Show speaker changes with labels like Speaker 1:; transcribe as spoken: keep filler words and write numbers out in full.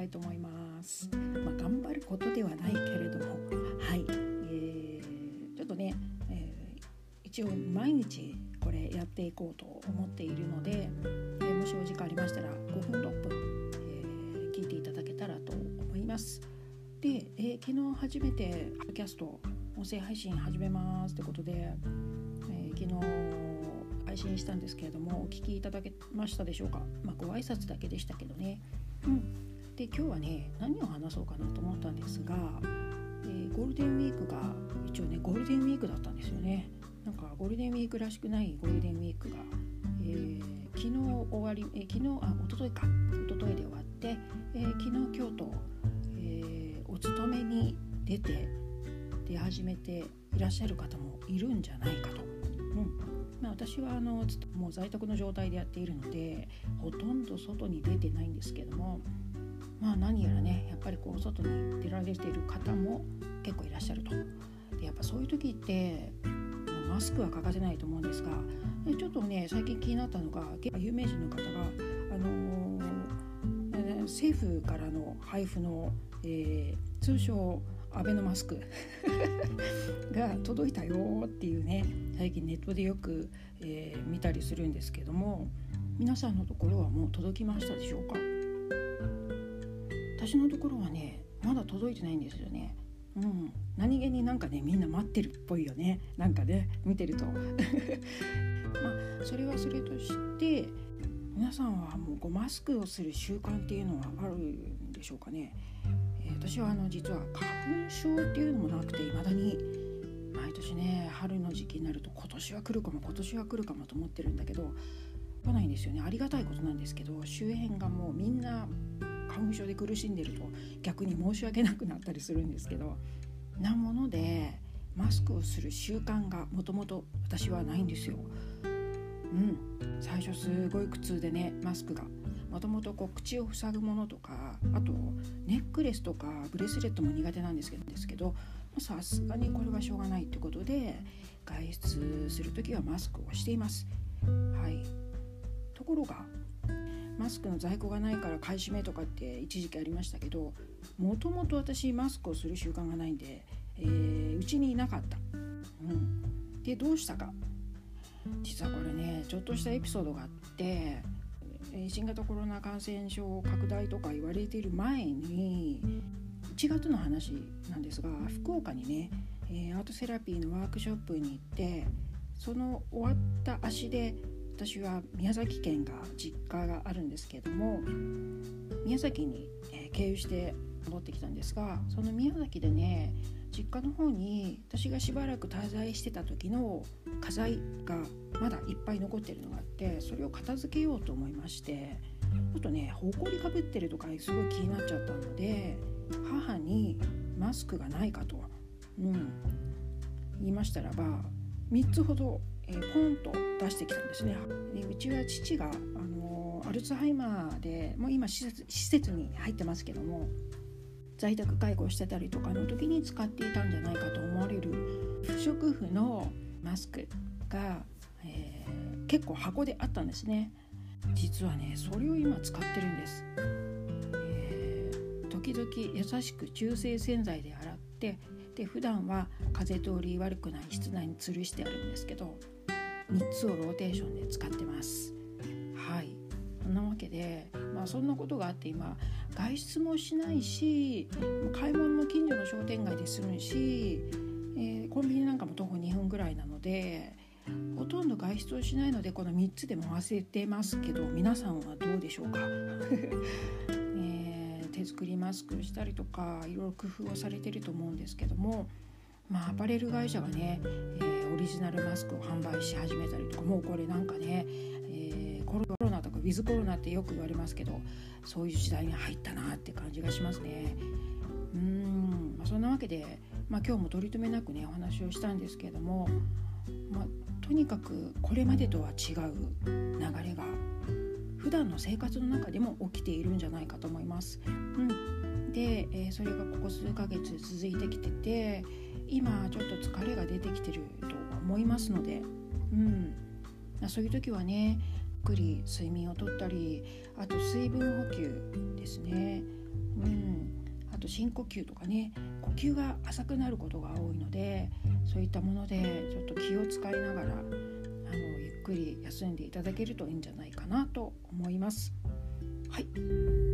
Speaker 1: いと思います。まあ、頑張ることではないけれども、はい、えー、ちょっとね、えー、一応毎日これやっていこうと思っているので、えー、もしお時間ありましたらごふんろっぷん、えー、聞いていただけたらと思います。で、えー、昨日初めてポッドキャスト音声配信始めますということで、えー、昨日配信したんですけれども、お聞きいただけましたでしょうか。まあ、ご挨拶だけでしたけどね、うん、で今日はね何を話そうかなと思ったんですが、えー、ゴールデンウィークが一応ねゴールデンウィークだったんですよね。なんかゴールデンウィークらしくないゴールデンウィークが、えー、昨日終わり、えー、昨日あ一昨日か一昨日で終わって、えー、昨日今日と、えー、お勤めに出て出始めていらっしゃる方もいるんじゃないかと、うんまあ、私はあのもう在宅の状態でやっているのでほとんど外に出てないんですけども、まあ何やらねやっぱりこう外に出られている方も結構いらっしゃると。でやっぱそういう時ってマスクは欠かせないと思うんですが、ちょっとね最近気になったのが有名人の方が、あのー、政府からの配布の、えー、通称アベノマスクが届いたよっていうね、最近ネットでよく、えー、見たりするんですけども、皆さんのところはもう届きましたでしょうか。私のところはねまだ届いてないんですよね。うん、何気になんかねみんな待ってるっぽいよね、なんかね見てるとまあそれはそれとして皆さんはもうこうマスクをする習慣っていうのはあるんでしょうかね。えー、私はあの実は花粉症っていうのもなくて、未だに毎年ね春の時期になると今年は来るかも今年は来るかもと思ってるんだけど来ないんですよね。ありがたいことなんですけど、周辺がもうみんな花粉症で苦しんでると逆に申し訳なくなったりするんですけど、なものでマスクをする習慣がもともと私はないんですよ。うん、最初すごい苦痛でね、マスクがもともとこう口を塞ぐものとか、あとネックレスとかブレスレットも苦手なんですけどですけどさすがにこれはしょうがないということで外出するときはマスクをしています。はい。ところがマスクの在庫がないから買い占めとかって一時期ありましたけど、もともと私マスクをする習慣がないんで、えー、うちにいなかった、うん、でどうしたか、実はこれねちょっとしたエピソードがあって、新型コロナ感染症拡大とか言われている前にいちがつの話なんですが、福岡にね、えー、アートセラピーのワークショップに行って、その終わった足で私は宮崎県が実家があるんですけども、宮崎に、えー、経由して戻ってきたんですが、その宮崎でね実家の方に私がしばらく滞在してた時の家財がまだいっぱい残ってるのがあって、それを片付けようと思いまして、ちょっとねほこりかぶってるとかすごい気になっちゃったので、母にマスクがないかと、うん、言いましたらばみっつほどえー、ポンと出してきたんですね。でうちは父が、あのー、アルツハイマーでもう今施設、施設に入ってますけども、在宅介護してたりとかの時に使っていたんじゃないかと思われる不織布のマスクが、えー、結構箱であったんですね。実はねそれを今使ってるんです。えー、時々優しく中性洗剤で洗って、で普段は風通り悪くない室内に吊るしてあるんですけど、みっつをローテーションで使ってます。はい。そんなわけで、まあそんなことがあって今外出もしないし、買い物も近所の商店街で済むし、えー、コンビニなんかも徒歩にふんぐらいなので、ほとんど外出をしないのでこのみっつで回せてますけど、皆さんはどうでしょうか。手作りマスクしたりとかいろいろ工夫をされてると思うんですけども、まあ、アパレル会社がね、えー、オリジナルマスクを販売し始めたりとか、もうこれなんかね、えー、コロナとかウィズコロナってよく言われますけど、そういう時代に入ったなって感じがしますね。うーん、まあ、そんなわけで、まあ、今日も取り留めなくねお話をしたんですけれども、まあ、とにかくこれまでとは違う流れが普段の生活の中でも起きているんじゃないかと思います。うん、で、えー、それがここ数ヶ月続いてきてて、今ちょっと疲れが出てきてると思いますので、うん、そういう時はねゆっくり睡眠をとったり、あと水分補給ですね。 うん、あと深呼吸とかね、呼吸が浅くなることが多いので、そういったものでちょっと気を使いながらあのゆっくり休んでいただけるといいんじゃないかなと思います。はい。